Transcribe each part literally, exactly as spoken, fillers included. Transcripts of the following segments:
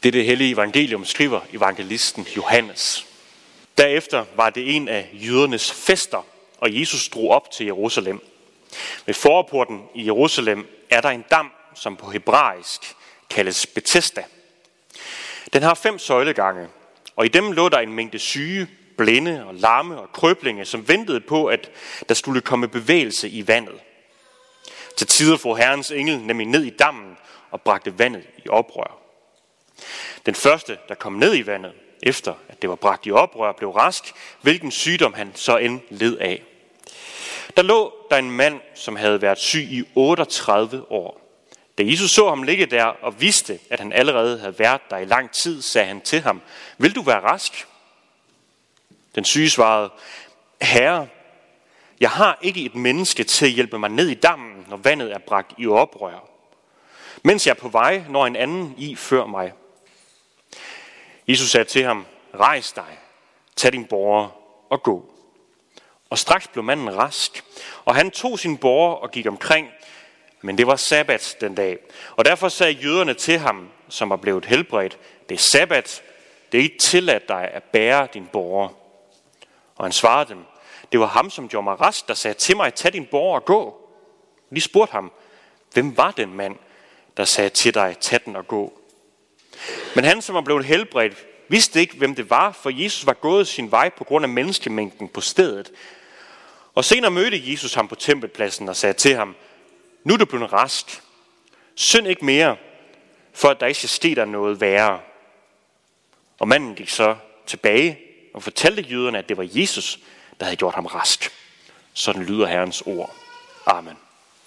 Det det hellige evangelium skriver evangelisten Johannes. Derefter var det en af jødernes fester, og Jesus drog op til Jerusalem. Ved forporten i Jerusalem er der en dam, som på hebraisk kaldes Betesda. Den har fem søjlegange, og i dem lå der en mængde syge, blinde og lamme og krøblinge, som ventede på, at der skulle komme bevægelse i vandet. Til tider for Herrens engel nemlig ned i dammen og bragte vandet i oprør. Den første, der kom ned i vandet, efter at det var bragt i oprør, blev rask, hvilken sygdom han så end led af. Der lå der en mand, som havde været syg i otteogtredive år. Da Jesus så ham ligge der og vidste, at han allerede havde været der i lang tid, sagde han til ham, vil du være rask? Den syge svarede, Herre, jeg har ikke et menneske til at hjælpe mig ned i dammen, når vandet er bragt i oprør. Mens jeg er på vej, når en anden i før mig. Jesus sagde til ham, rejs dig, tag din båre og gå. Og straks blev manden rask, og han tog sin båre og gik omkring, men det var sabbat den dag. Og derfor sagde jøderne til ham, som var blevet helbredt, det er sabbat, det er ikke tilladt dig at bære din båre. Og han svarede dem, det var ham, som gjorde mig rask, der sagde til mig, tag din båre og gå. De spurgte ham, hvem var den mand, der sagde til dig, tag den og gå? Men han, som var blevet helbredt, vidste ikke, hvem det var, for Jesus var gået sin vej på grund af menneskemængden på stedet. Og senere mødte Jesus ham på tempelpladsen og sagde til ham, nu er du blevet rask. Synd ikke mere, for at der ikke skal ske dig noget værre. Og manden gik så tilbage og fortalte jøderne, at det var Jesus, der havde gjort ham rask. Sådan lyder Herrens ord. Amen.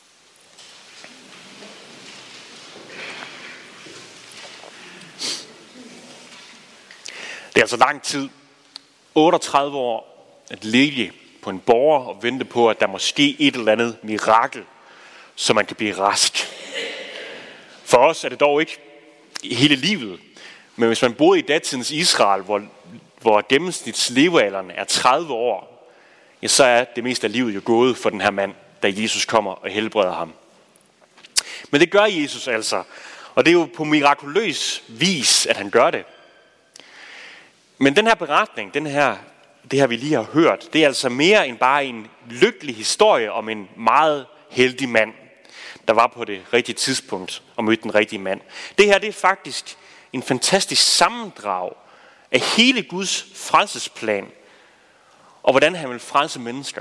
Det er altså lang tid, otteogtredive år, at ligge på en borger og vente på, at der må ske et eller andet mirakel, så man kan blive rask. For os er det dog ikke hele livet, men hvis man boede i datidens Israel, hvor, hvor gennemsnitslevealderen er tredive år, ja, så er det meste af livet jo gået for den her mand, da Jesus kommer og helbreder ham. Men det gør Jesus altså, og det er jo på mirakuløs vis, at han gør det. Men den her beretning, den her, det her vi lige har hørt, det er altså mere end bare en lykkelig historie om en meget heldig mand, der var på det rigtige tidspunkt og mødte den rigtige mand. Det her, det er faktisk en fantastisk sammendrag af hele Guds frelsesplan og hvordan han vil frelse mennesker.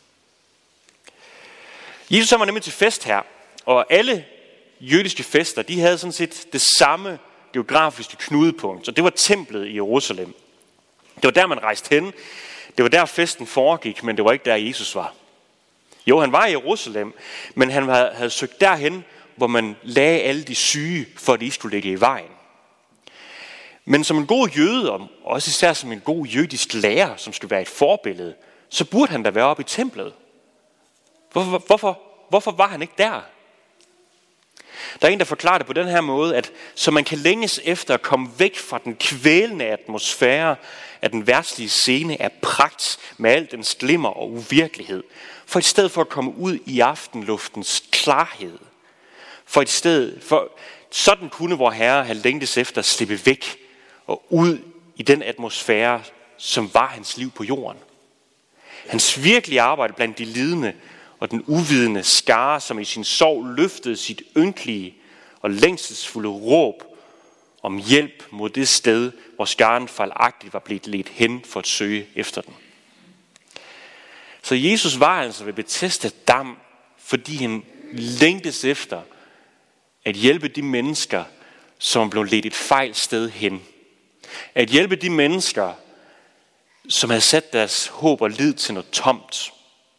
Jesus var nemlig til fest her, og alle jødiske fester, de havde sådan set det samme geografiske knudepunkt, og det var templet i Jerusalem. Det var der, man rejste hen. Det var der, festen foregik, men det var ikke der, Jesus var. Jo, han var i Jerusalem, men han havde søgt derhen, hvor man lagde alle de syge, for at de skulle ligge i vejen. Men som en god jøde, og også især som en god jødisk lærer, som skulle være et forbillede, så burde han da være oppe i templet. Hvorfor, hvorfor, hvorfor var han ikke der? Der er en, der forklarer det på den her måde, at så man kan længes efter at komme væk fra den kvælende atmosfære af den verdslige scene af pragt med al dens glimmer og uvirkelighed, for i stedet for at komme ud i aftenluftens klarhed. For i stedet for sådan kunne vor Herre have længtes efter at slippe væk og ud i den atmosfære, som var hans liv på jorden. Hans virkelige arbejde blandt de lidende og den uvidende skare, som i sin sorg løftede sit ynkelige og længselsfulde råb om hjælp mod det sted, hvor skaren fejlagtigt var blevet ledt hen for at søge efter den. Så Jesus var altså ved Betesda dam, fordi han længtes efter at hjælpe de mennesker, som blev ledt et fejl sted hen. At hjælpe de mennesker, som havde sat deres håb og lid til noget tomt.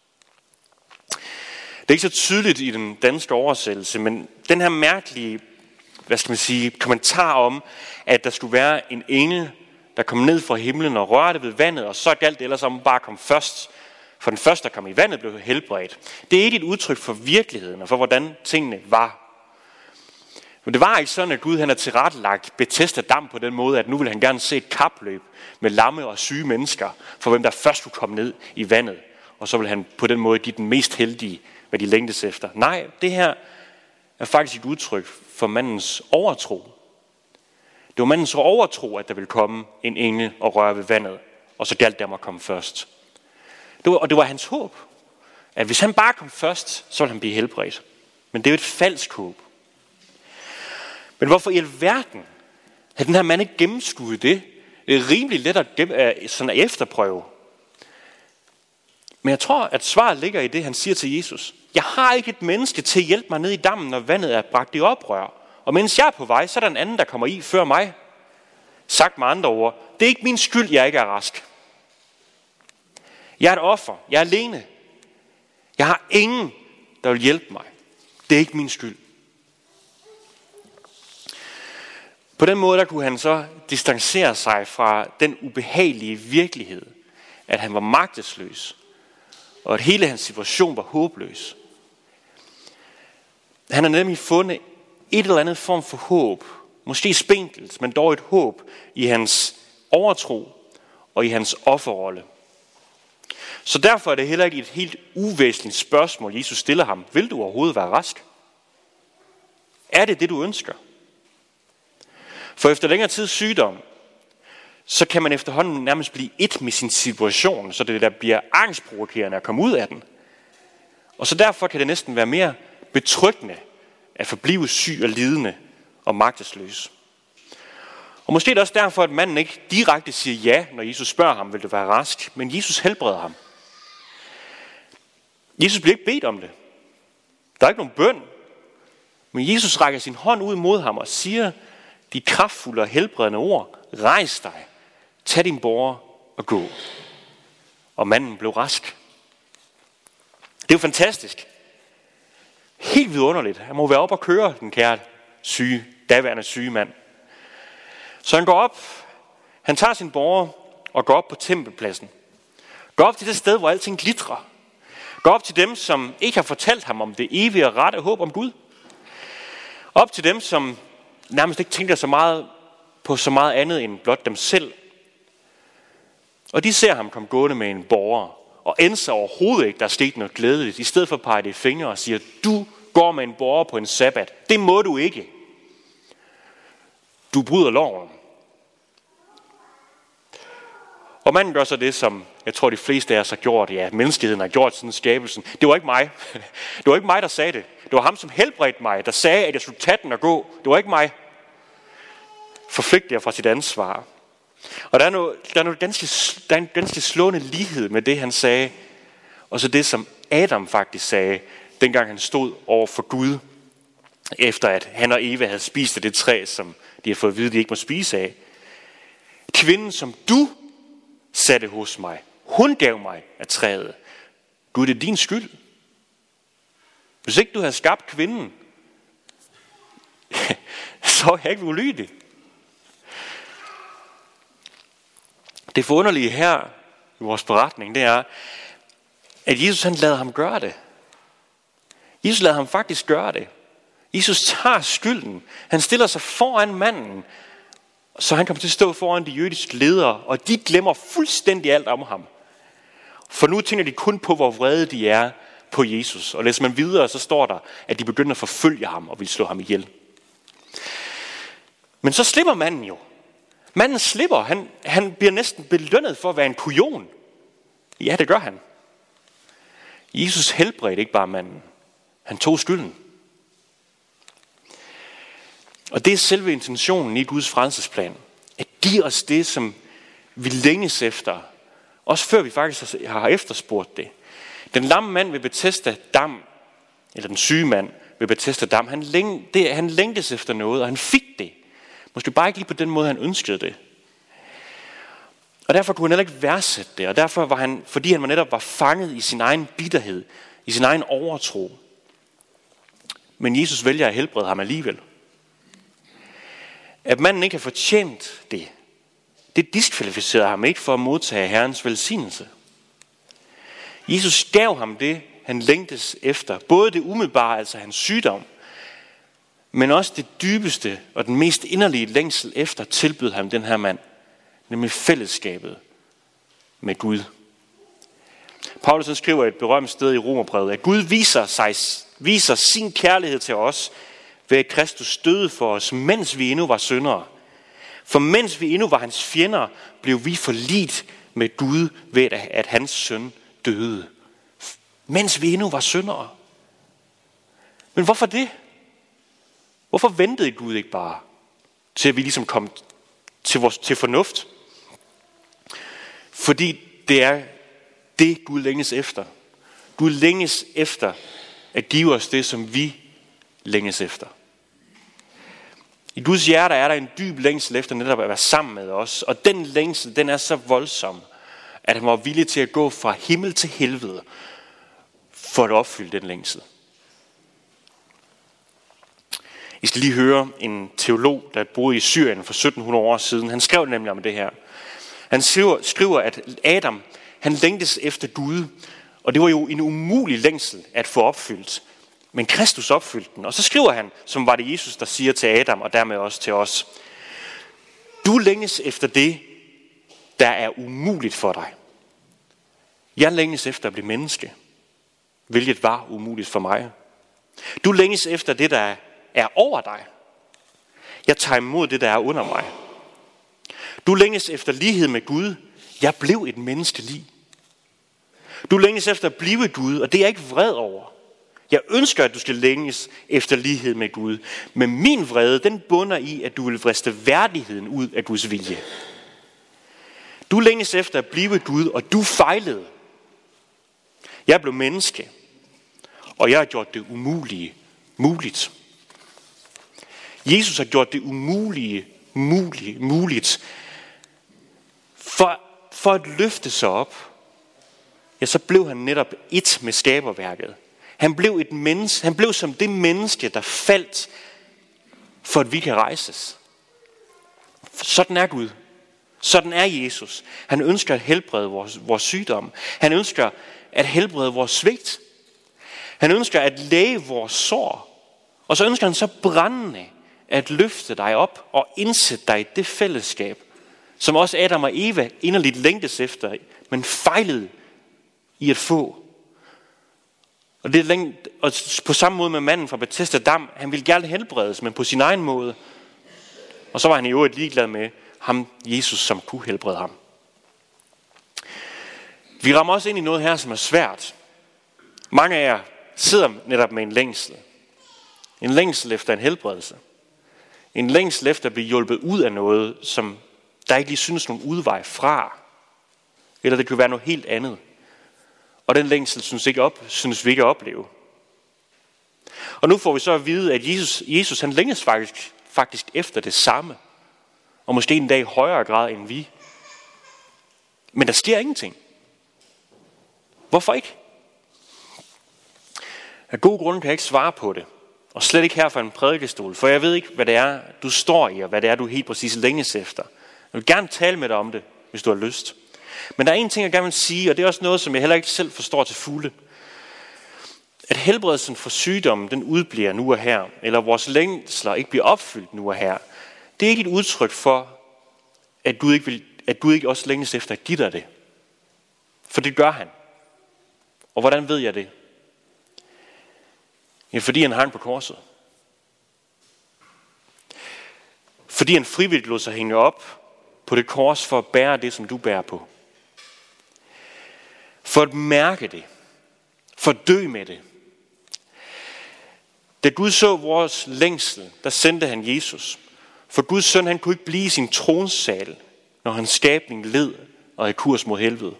Det er ikke så tydeligt i den danske oversættelse, men den her mærkelige, hvad skal man sige, kommentar om, at der skulle være en engel, der kom ned fra himlen og rørte ved vandet, og så galt det ellers om bare kom først. For den første, der kom i vandet, blev helbredt. Det er ikke et udtryk for virkeligheden og for, hvordan tingene var. Men det var ikke sådan, at Gud han har tilrettelagt Betesda dam på den måde, at nu vil han gerne se et kapløb med lamme og syge mennesker, for hvem der først skulle komme ned i vandet. Og så vil han på den måde give den mest heldige, hvad de længtes efter. Nej, det her er faktisk et udtryk for mandens overtro. Det var mandens overtro, at der ville komme en engel og røre ved vandet, og så galt det om at komme først. Det var, og det var hans håb, at hvis han bare kom først, så ville han blive helbredt. Men det er jo et falsk håb. Men hvorfor i alverden havde den her mand ikke gennemskuet det? Det er rimelig let at, gennem, sådan at efterprøve. Men jeg tror, at svaret ligger i det, han siger til Jesus. Jeg har ikke et menneske til at hjælpe mig ned i dammen, når vandet er bragt i oprør. Og mens jeg er på vej, så er der en anden, der kommer i før mig. Sagt med andre ord, det er ikke min skyld, jeg ikke er rask. Jeg er et offer. Jeg er alene. Jeg har ingen, der vil hjælpe mig. Det er ikke min skyld. På den måde der kunne han så distancere sig fra den ubehagelige virkelighed, at han var magtesløs, og at hele hans situation var håbløs. Han har nemlig fundet et eller andet form for håb, måske spinkelt, men dog et håb i hans overtro og i hans offerrolle. Så derfor er det heller ikke et helt uvæsentligt spørgsmål, Jesus stiller ham. Vil du overhovedet være rask? Er det det, du ønsker? For efter længere tids sygdom, så kan man efterhånden nærmest blive et med sin situation, så det der bliver angstprovokerende at komme ud af den. Og så derfor kan det næsten være mere betryggende at forblive syg og lidende og magtesløs. Og måske er det også derfor, at manden ikke direkte siger ja, når Jesus spørger ham, vil du være rask? Men Jesus helbreder ham. Jesus bliver ikke bedt om det. Der er ikke nogen bøn. Men Jesus rækker sin hånd ud mod ham og siger de kraftfulde og helbredende ord. Rejs dig, tag din båre og gå. Og manden blev rask. Det er jo fantastisk. Helt vidunderligt. Han må være op og køre, den kære syge, daværende syge mand. Så han går op, han tager sin båre og går op på tempelpladsen. Går op til det sted, hvor alting glitrer. Går op til dem, som ikke har fortalt ham om det evige og rette håb om Gud. Op til dem, som nærmest ikke tænker så meget på så meget andet end blot dem selv. Og de ser ham komme gående med en båre, og ændser overhovedet ikke, der er sket noget glædeligt. I stedet for at pege det i fingre og siger, du går med en båre på en sabbat. Det må du ikke. Du bryder loven. Og manden gør så det, som jeg tror, de fleste af os har gjort. Ja, menneskeheden har gjort siden skabelsen. Det var ikke mig. Det var ikke mig, der sagde det. Det var ham, som helbredte mig, der sagde, at jeg skulle tage den og gå. Det var ikke mig. Forflygter fra sit ansvar. Og der er, noget, der, er noget ganske, der er en ganske slående lighed med det, han sagde, og så det, som Adam faktisk sagde, dengang han stod over for Gud, efter at han og Eva havde spist af det træ, som de har fået at vide, de ikke må spise af. Kvinden, som du satte hos mig, hun gav mig af træet. Gud, det er din skyld. Hvis ikke du havde skabt kvinden, så er jeg ikke ulydig. Det forunderlige her i vores beretning, det er, at Jesus han lader ham gøre det. Jesus lader ham faktisk gøre det. Jesus tager skylden. Han stiller sig foran manden, så han kommer til at stå foran de jødiske ledere, og de glemmer fuldstændig alt om ham. For nu tænker de kun på, hvor vrede de er på Jesus. Og læser man videre, så står der, at de begynder at forfølge ham og vil slå ham ihjel. Men så slipper manden jo. Manden slipper. Han, han bliver næsten belønnet for at være en kujon. Ja, det gør han. Jesus helbredte ikke bare manden. Han tog skylden. Og det er selve intentionen i Guds frelsesplan. At give os det, som vi længes efter. Også før vi faktisk har efterspurgt det. Den lamme mand ved Bethesda Dam, eller den syge mand ved Bethesda Dam, han, læng, det, han længtes efter noget, og han fik det. Måske bare ikke lige på den måde, han ønskede det. Og derfor kunne han heller ikke værdsætte det. Og derfor var han, fordi han netop var fanget i sin egen bitterhed, i sin egen overtro. Men Jesus vælger at helbrede ham alligevel. At manden ikke har fortjent det, det diskvalificerede ham ikke for at modtage Herrens velsignelse. Jesus gav ham det, han længtes efter. Både det umiddelbare, altså hans sygdom, men også det dybeste og den mest inderlige længsel efter tilbød ham den her mand, nemlig fællesskabet med Gud. Paulus skriver et berømt sted i Romerbrevet, at Gud viser, sig, viser sin kærlighed til os, ved at Kristus døde for os, mens vi endnu var syndere. For mens vi endnu var hans fjender, blev vi forlidt med Gud ved, at hans søn døde. Mens vi endnu var syndere. Men hvorfor det? Hvorfor ventede Gud ikke bare, til at vi ligesom kom til, vores, til fornuft? Fordi det er det, Gud længes efter. Gud længes efter at give os det, som vi længes efter. I Guds hjerte er der en dyb længsel efter netop at være sammen med os. Og den længsel, den er så voldsom, at han var villig til at gå fra himmel til helvede, for at opfylde den længsel. I skal lige høre en teolog, der boede i Syrien for sytten hundrede år siden. Han skrev nemlig om det her. Han skriver, skriver at Adam, han længtes efter Gud, og det var jo en umulig længsel at få opfyldt. Men Kristus opfyldte den. Og så skriver han, som var det Jesus, der siger til Adam, og dermed også til os: du længes efter det, der er umuligt for dig. Jeg længes efter at blive menneske, hvilket var umuligt for mig. Du længes efter det, der er over dig. Jeg tager imod det, der er under mig. Du længes efter lighed med Gud. Jeg blev et menneskelig. Du længes efter at blive Gud, og det er jeg ikke vred over. Jeg ønsker, at du skal længes efter lighed med Gud. Men min vrede, den bunder i, at du vil vriste værdigheden ud af Guds vilje. Du længes efter at blive Gud, og du fejlede. Jeg blev menneske, og jeg har gjort det umulige muligt. Jesus har gjort det umulige muligt. muligt. For, for at løfte sig op, ja, så blev han netop et med skaberværket. Han blev et menneske, han blev som det menneske, der faldt, for at vi kan rejses. Sådan er Gud. Sådan er Jesus. Han ønsker at helbrede vores, vores sygdom. Han ønsker at helbrede vores svigt. Han ønsker at læge vores sår. Og så ønsker han så brændende at løfte dig op og indsætte dig i det fællesskab, som også Adam og Eva inderligt længtes efter, men fejlede i at få. Og, det er og på samme måde med manden fra Bethesda Dam, han ville gerne helbredes, men på sin egen måde. Og så var han i øvrigt ligeglad med ham, Jesus, som kunne helbrede ham. Vi rammer også ind i noget her, som er svært. Mange af jer sidder netop med en længsel. En længsel efter en helbredelse. En længsel efter at blive hjulpet ud af noget, som der ikke lige synes nogen udvej fra. Eller det kan være noget helt andet. Og den længsel synes, ikke op, synes vi ikke at opleve. Og nu får vi så at vide, at Jesus, Jesus han længes faktisk, faktisk efter det samme. Og måske en dag i højere grad end vi. Men der sker ingenting. Hvorfor ikke? Af gode grunde kan jeg ikke svare på det. Og slet ikke her fra en prædikestol. For jeg ved ikke, hvad det er, du står i, og hvad det er, du helt præcis længes efter. Jeg vil gerne tale med dig om det, hvis du har lyst. Men der er en ting, jeg gerne vil sige, og det er også noget, som jeg heller ikke selv forstår til fulde. At helbredelsen for sygdommen, den udbliver nu og her, eller vores længsler ikke bliver opfyldt nu og her, det er ikke et udtryk for, at Gud ikke, vil, at Gud ikke også længes efter at give dig det. For det gør han. Og hvordan ved jeg det? Ja, fordi han hang på korset. Fordi han frivilligt lod sig hænge op på det kors for at bære det, som du bærer på. For at mærke det. For at dø med det. Da Gud så vores længsel, der sendte han Jesus. For Guds søn, han kunne ikke blive i sin tronsal, når hans skabning led og er kurs mod helvede.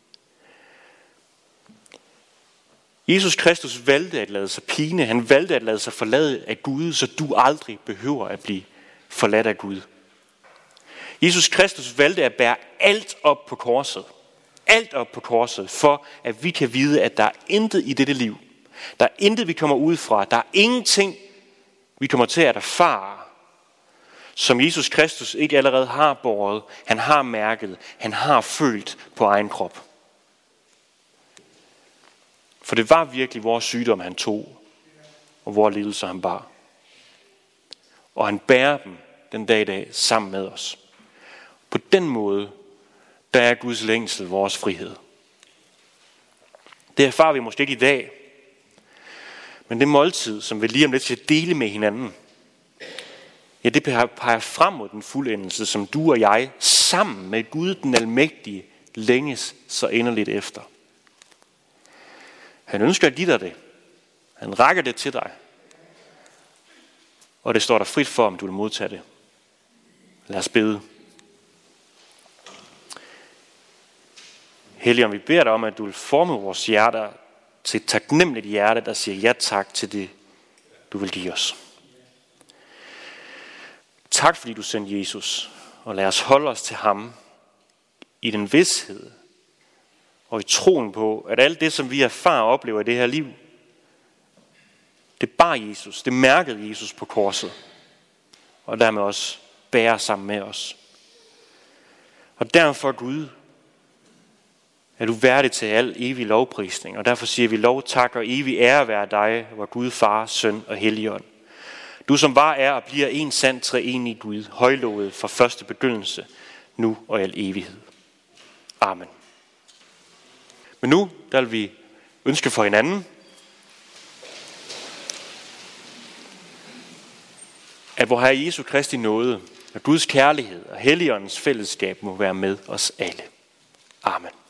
Jesus Kristus valgte at lade sig pine. Han valgte at lade sig forlade af Gud, så du aldrig behøver at blive forladt af Gud. Jesus Kristus valgte at bære alt op på korset. Alt op på korset, for at vi kan vide, at der er intet i dette liv. Der er intet, vi kommer ud fra. Der er ingenting, vi kommer til at erfare, som Jesus Kristus ikke allerede har båret. Han har mærket. Han har følt på egen krop. For det var virkelig vores sygdom, han tog, og vores lidelser, han bar. Og han bærer dem den dag i dag sammen med os. På den måde, der er Guds længsel vores frihed. Det erfarer vi måske ikke i dag, men det måltid, som vi lige om lidt skal dele med hinanden, ja, det peger frem mod den fuldendelse, som du og jeg sammen med Gud den almægtige længes så inderligt efter. Han ønsker at give dig det. Han rækker det til dig. Og det står der frit for, om du vil modtage det. Lad os bede. Helligånd, vi beder dig om, at du vil forme vores hjerter til et taknemmeligt hjerte, der siger ja tak til det, du vil give os. Tak fordi du sendte Jesus, og lad os holde os til ham i den vidshed og i troen på, at alt det, som vi erfarer og oplever i det her liv, det bar Jesus, det mærkede Jesus på korset, og dermed også bærer sammen med os. Og derfor, Gud, er du værdig til al evig lovprisning, og derfor siger vi lov, tak og evig ære være dig, vor Gud, Far, Søn og Helligånd. Du som var, er og bliver en sand treenig Gud, højlovet fra første begyndelse, nu og i al evighed. Amen. Men nu, der vil vi ønske for hinanden, at vor Herre Jesu Kristi nåde, og Guds kærlighed og Helligåndens fællesskab må være med os alle. Amen.